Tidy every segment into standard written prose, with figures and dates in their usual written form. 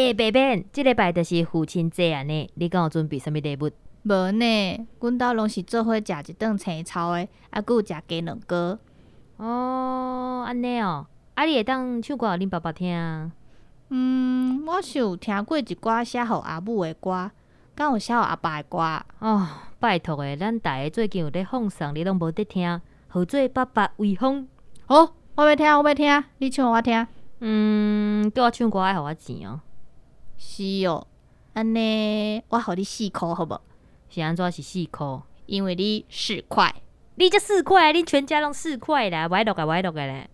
白板，即礼拜就是父亲节安尼，你敢有准备啥物礼物？ 无呢，阮兜拢是做伙食一顿青草的，还佫有食鸡卵糕。 哦，安尼哦，你会当唱歌互恁爸爸听？ 我是有听过一寡写互阿母的歌，敢有写互阿爸的歌？ 哦，拜托诶，咱大家最近有咧放送，你拢无得听，合做爸爸威风。 好，我要听，你唱互我听。 叫我唱歌爱互我钱哦。 是哦，安尼我互你4块好无？ 是安怎是4箍？ 因为你4块， 你才4块，恁全家拢4块啦，歪落个咧。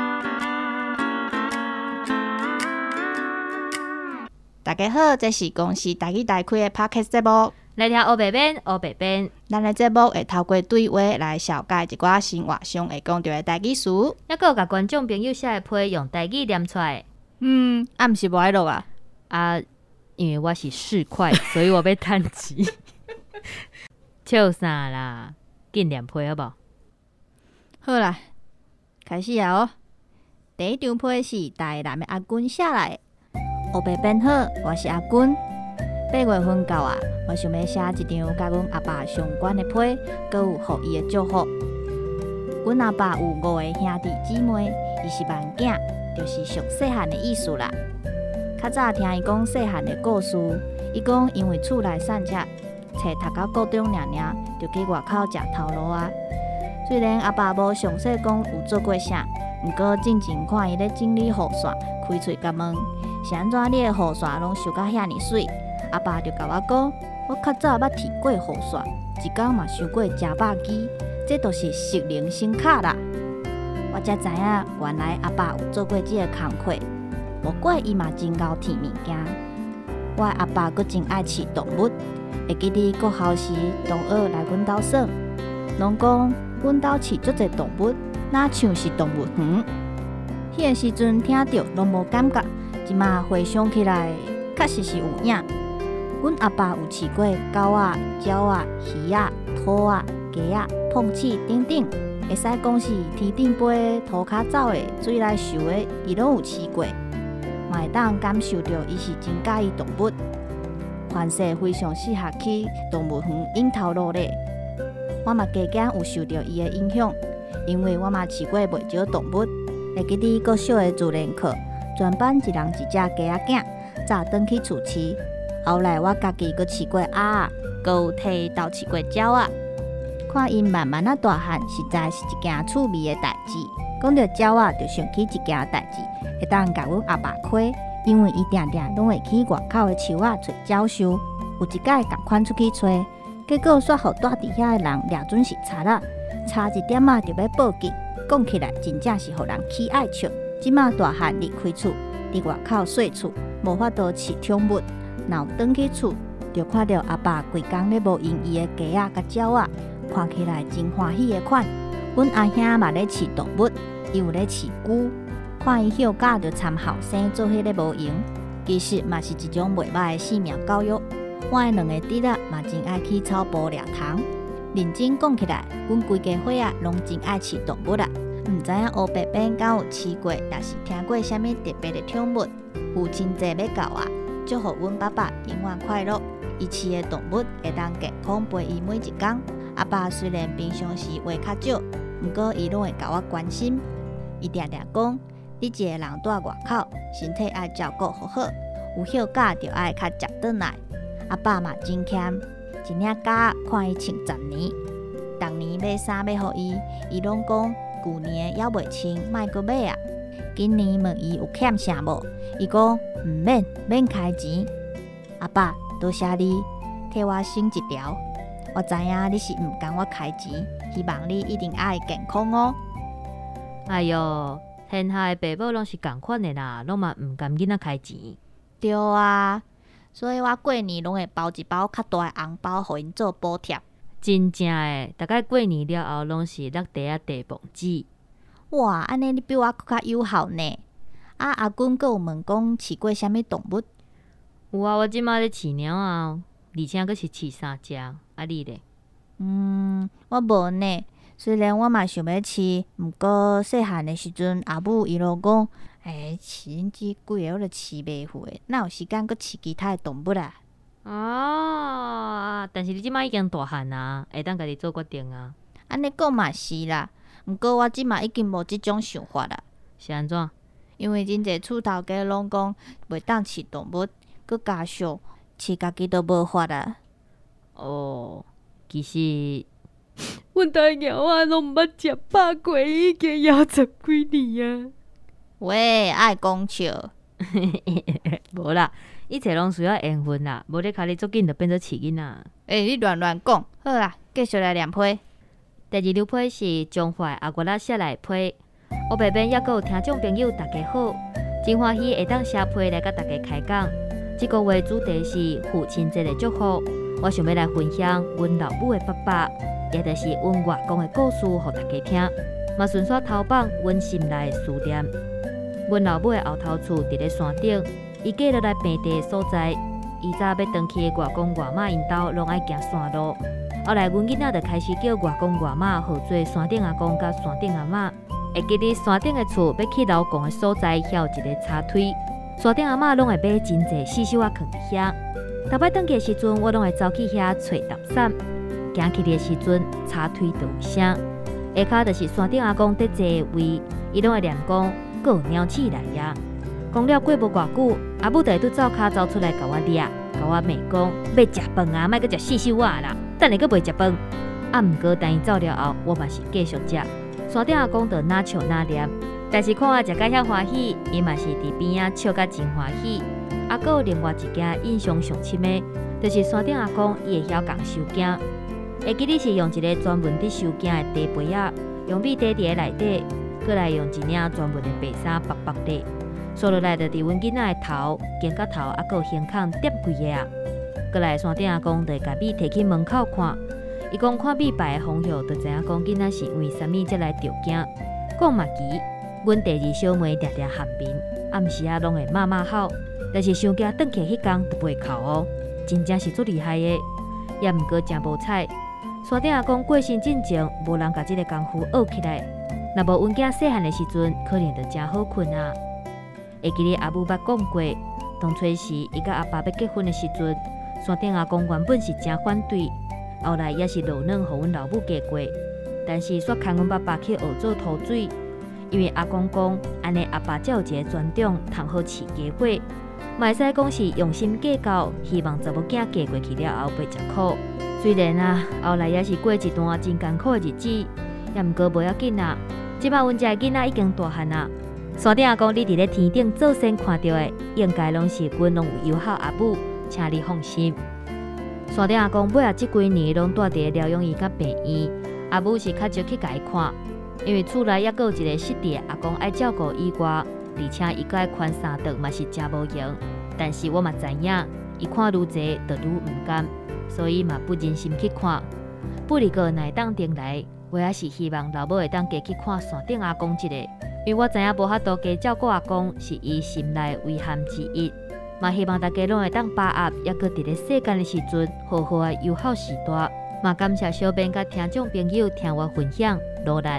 大家好，这是公司台语台开的 Podcast 节目。 来听黑白板，黑白板。 咱的节目会透过对话来小解一寡生活上会讲到的台语词， 还佫有甲观众朋友写的批用台语念出来。 毋是无爱录啊？ 因为我是4块，所以我要趁钱。笑啥啦？紧念批好无？ 好啦，开始啊哦！第一张批是台南的阿君写来的。黑白板好，我是阿君。8月份到啊，我想要写一张甲阮阿爸相关的批，佮有互伊的祝福。阮阿爸有5个兄弟姊妹，伊是万囝，就是上细汉的意思啦。较早听伊讲细汉的故事，伊讲因为厝内散赤，册读到高中尔，就去外口食头路啊。虽然阿爸无详细讲有做过啥，毋过进前看伊咧整理雨伞，开喙甲问。是安怎你的雨伞拢收甲遐尼水？阿爸就甲我讲，我较早捌剃过雨伞，一工嘛收过10把支，这都是熟能生巧啦。我才知影，原来阿爸有做过这个工课，无怪伊嘛真够剃物件。我的阿爸佫真爱饲动物，会记得国校时同学来阮兜耍，拢讲阮兜饲足侪动物，哪像是动物园。迄个时阵听着拢无感觉。即马回想起来，确实是有影。阮阿爸有饲过狗仔、鸟仔、鱼仔、兔仔、鸡仔、碰鼠等等，会使讲是天顶飞、涂骹走的、水内游的，伊拢有饲过，嘛会当感受到伊是真介意动物。凡世非常适合去动物园引头落泪。我嘛加减有受到伊的影响，因为我嘛饲过袂少动物，会记得国小的自然课。全班一人一只鸡仔囝，早转去厝饲。后来我家己阁饲过鸭仔，阁有替伊斗饲过鸟仔。看因慢慢大汉，实在是一件趣味的代志。讲到鸟仔，就想起一件代志，会当甲阮阿爸亏，因为伊定定拢会去外口的树仔找鸟兽。有一摆共款出去找，结果煞互住伫遐的人掠准是贼仔，差一点仔就要报警。讲起来，真正是互人起爱笑。即马大汉离开厝，伫外口睡厝，无法度饲宠物。若转去厝，就看到阿爸规工咧无用伊的鸡仔甲鸟仔，看起来真欢喜的款。阮阿兄嘛咧饲动物，伊有咧饲龟，看伊休假就参后生做伙咧无用，其实嘛是一种袂歹的性命教育。我的2个弟仔嘛真爱去草埔掠虫。认真讲起来，阮规家伙仔拢真爱饲动物啦。毋知影黑白板敢有饲过，也是听过啥物特别的宠物？父亲节要到啊，祝福阮爸爸永远快乐。伊饲的动物会当健康陪伊每一天。阿爸虽然平常时话较少，毋过伊拢会甲我关心。伊定定讲，你一个人住外口，身体爱照顾好好，有休假就爱较食转来。阿爸嘛真谦，一领假看伊穿10年，逐年买衫要互伊，伊拢讲。旧年还袂穿，莫阁买啊！今年问伊有欠啥无？伊讲毋免开钱。阿爸，多谢你替我省一条。我知影你是毋甘我开钱，希望你一定爱健康哦。 哎哟，天下的爸母拢是共款的啦，拢嘛毋甘囡仔开钱。 对啊，所以我过年拢会包一包较大的红包，互因做补贴。 真正诶，大概过年了后，拢是落地啊地磅纸。 哇，安尼你比我更较友好呢。阿君阁有问讲饲过啥物动物？ 有啊，我即马咧饲猫啊，而且阁是饲3只。你咧？ 我无呢。虽然我嘛想要饲，毋过细汉的时阵，阿母伊拢讲， 饲恁只贵个我著饲袂回，哪有时间搁饲其他的动物啊？ 但是你即摆已经大汉啊，会当家己做决定啊。 安尼讲嘛是啦，毋过我即马已经无即种想法啦。 是安怎？ 因为真侪厝头家拢讲袂当饲动物，佮加上饲家己都无法啊。 其实阮大囝仔拢毋捌食饱过，已经要10几年啊。 喂，爱讲笑。 无啦，一切拢需要缘分啦，无咧卡哩足紧就变做饲囡仔。 你乱讲。好啦，继续来念批。 第2张批是中华阿月仔写来的批。乌白边抑阁有听众朋友，大家好，真欢喜会当写批来甲大家开讲。这个月主题是父亲节的祝福，我想要来分享阮老母的爸爸，也就是阮外公的故事，互大家听。嘛顺续投放阮心内的思念。阮老母的后头厝伫咧山顶，伊嫁落来平地的所在，以早要回去的外公外妈因兜拢爱行山路。后来阮囡仔就开始叫外公外妈号做山顶阿公甲山顶阿妈。会记得山顶的厝要去老公的所在，遐有一个插腿。山顶阿嬷拢会买真济四手仔放伫遐。逐摆转去的时阵，我拢会走去遐找搭伞。行去的时阵，插腿就有声。下骹就是山顶阿公伫坐的位，伊拢会念讲，阁有鸟鼠来呀。讲了过无偌久，阿母就会拄走骹走出来，甲我掠，甲我骂讲，要食饭啊，莫阁食四手仔啦，等下阁袂食饭。毋过等伊走了后，我嘛是继续食。山顶阿公就哪笑哪念，但是看我食甲遐欢喜，伊嘛是伫边仔笑甲真欢喜。阁有另外一件印象上深的，就是山顶阿公伊会晓共收件。会记得是用一个专门伫收件的茶杯仔，用米滴伫咧内底，过来用一领专门的白衫绑绑底，刷落来就伫阮囡仔的头、肩胛头，阁有胸孔点几个啊。过来山顶阿公就会甲米摕去门口看。伊讲看米摆的方向，就知影讲囡仔是为虾米才来着惊。讲嘛奇，阮第2小妹常常喊面，暗时啊拢会骂骂吼，但是想惊转去迄天就袂哭哦，真正是足厉害的。也毋过真无彩，山顶阿公过身进前，无人甲即个功夫学起来。若无阮囝细汉的时阵，可能就真好困啊。会记得阿母捌讲过，当初时伊甲阿爸要结婚的时阵，山顶阿公原本是真反对。后来也是落软，互阮老母嫁过，但是煞牵阮爸爸去学做土水，因为阿公讲，安尼阿爸才有一个专长，通好饲家伙，嘛会使讲是用心计较，希望查某囝嫁过去了后袂吃苦。虽然啊，后来也是过一段真艰苦的日子，也毋过无要紧啊。即摆阮家囡仔已经大汉啊，山顶阿公你伫咧天顶做先看到的，应该拢是阮拢有友好阿母，请你放心。山顶阿公尾啊，即几年拢住伫疗养院甲病院，阿母是较少去甲伊看，因为厝内抑阁有一个失智阿公爱照顾以外，而且伊阁爱看三顿嘛是真无闲。但是我嘛知影，伊看愈侪就愈毋甘，所以嘛不忍心去看。不离个乃当顶来，我也是希望老母会当加去看山顶阿公一个，因为我知影无法度加照顾阿公是伊心内遗憾之一。嘛希望大家拢会当把握，抑阁伫咧世间的时阵，好好的友好时代。嘛感谢小编甲听众朋友听我分享，努力。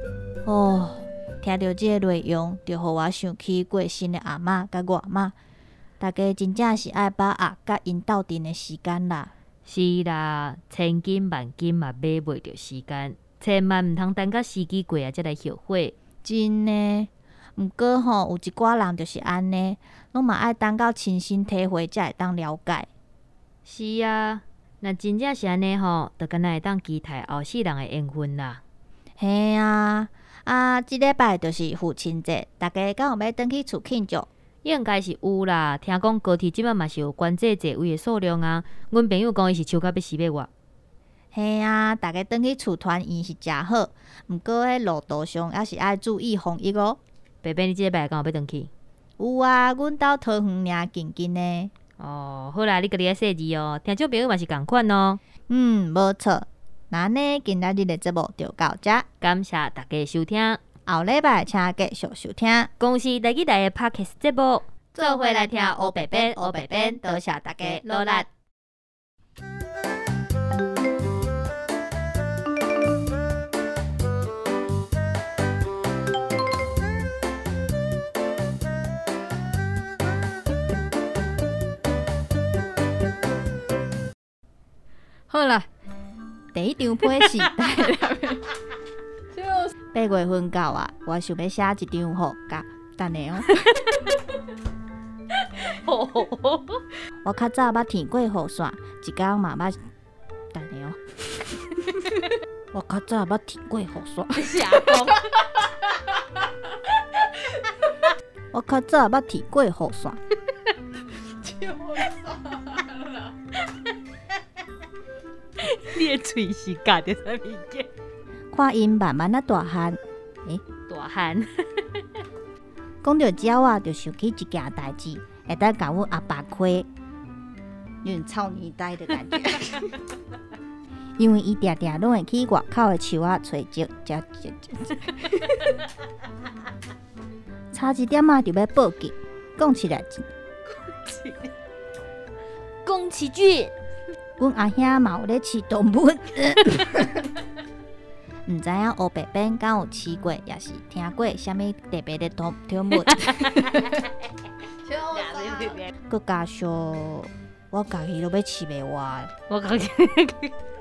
听到这个内容，就互我想起过身的阿嬷甲外妈，大家真正是爱把握甲因斗阵的时间啦。 是啦，千金万金嘛买袂着时间，千万毋通等到时机过啊才来后悔。 真的。毋过吼，有一寡人就是安尼，拢嘛爱等到亲身体会才会当了解。 是啊，若真正是安尼吼，就敢若会当期待后世人的缘分啦。 嘿啊，即礼拜就是父亲节，大家敢有要转去厝庆祝？ 应该是有啦，听讲高铁即摆嘛是有关这座位的数量啊。阮朋友讲伊是抽到要死要活。 嘿啊，大家转去厝团圆是真好，毋过迄路途上也是爱注意防疫哦。 伯伯，你即礼拜敢有要转去？ 有啊，阮兜桃园尔近近的。 好啦，你家己爱细字哦。听众朋友嘛是共款哦。 无错。那呢，今仔日的节目就到这， 感谢大家收听。 后礼拜请继续收听。 恭喜第一台的 Podcast 节目， 做伙来听黑白边，黑白边，多谢大家努力。 好啦，第一张批是台南的。8月份到啊，我想要写一张互甲，等下哦。我较早捌听过雨伞，一天嘛捌，等下哦。我较早捌听过雨伞。 瞎讲。 我较早捌听过雨伞。 你的嘴是夹着啥物件？ 看因慢慢啊大汉， 大汉。 讲到鸟啊，就想起一件代志，会当甲阮阿爸开，有点臭泥呆的感觉。因为伊定定拢会去外口的树仔找石，差一点啊就要报警。讲起来， 宫崎骏。 阮阿兄嘛有咧饲动物。毋知影黑白边敢有饲过，也是听过啥物特别的动物。佮加上我家己都要饲袂活。 我讲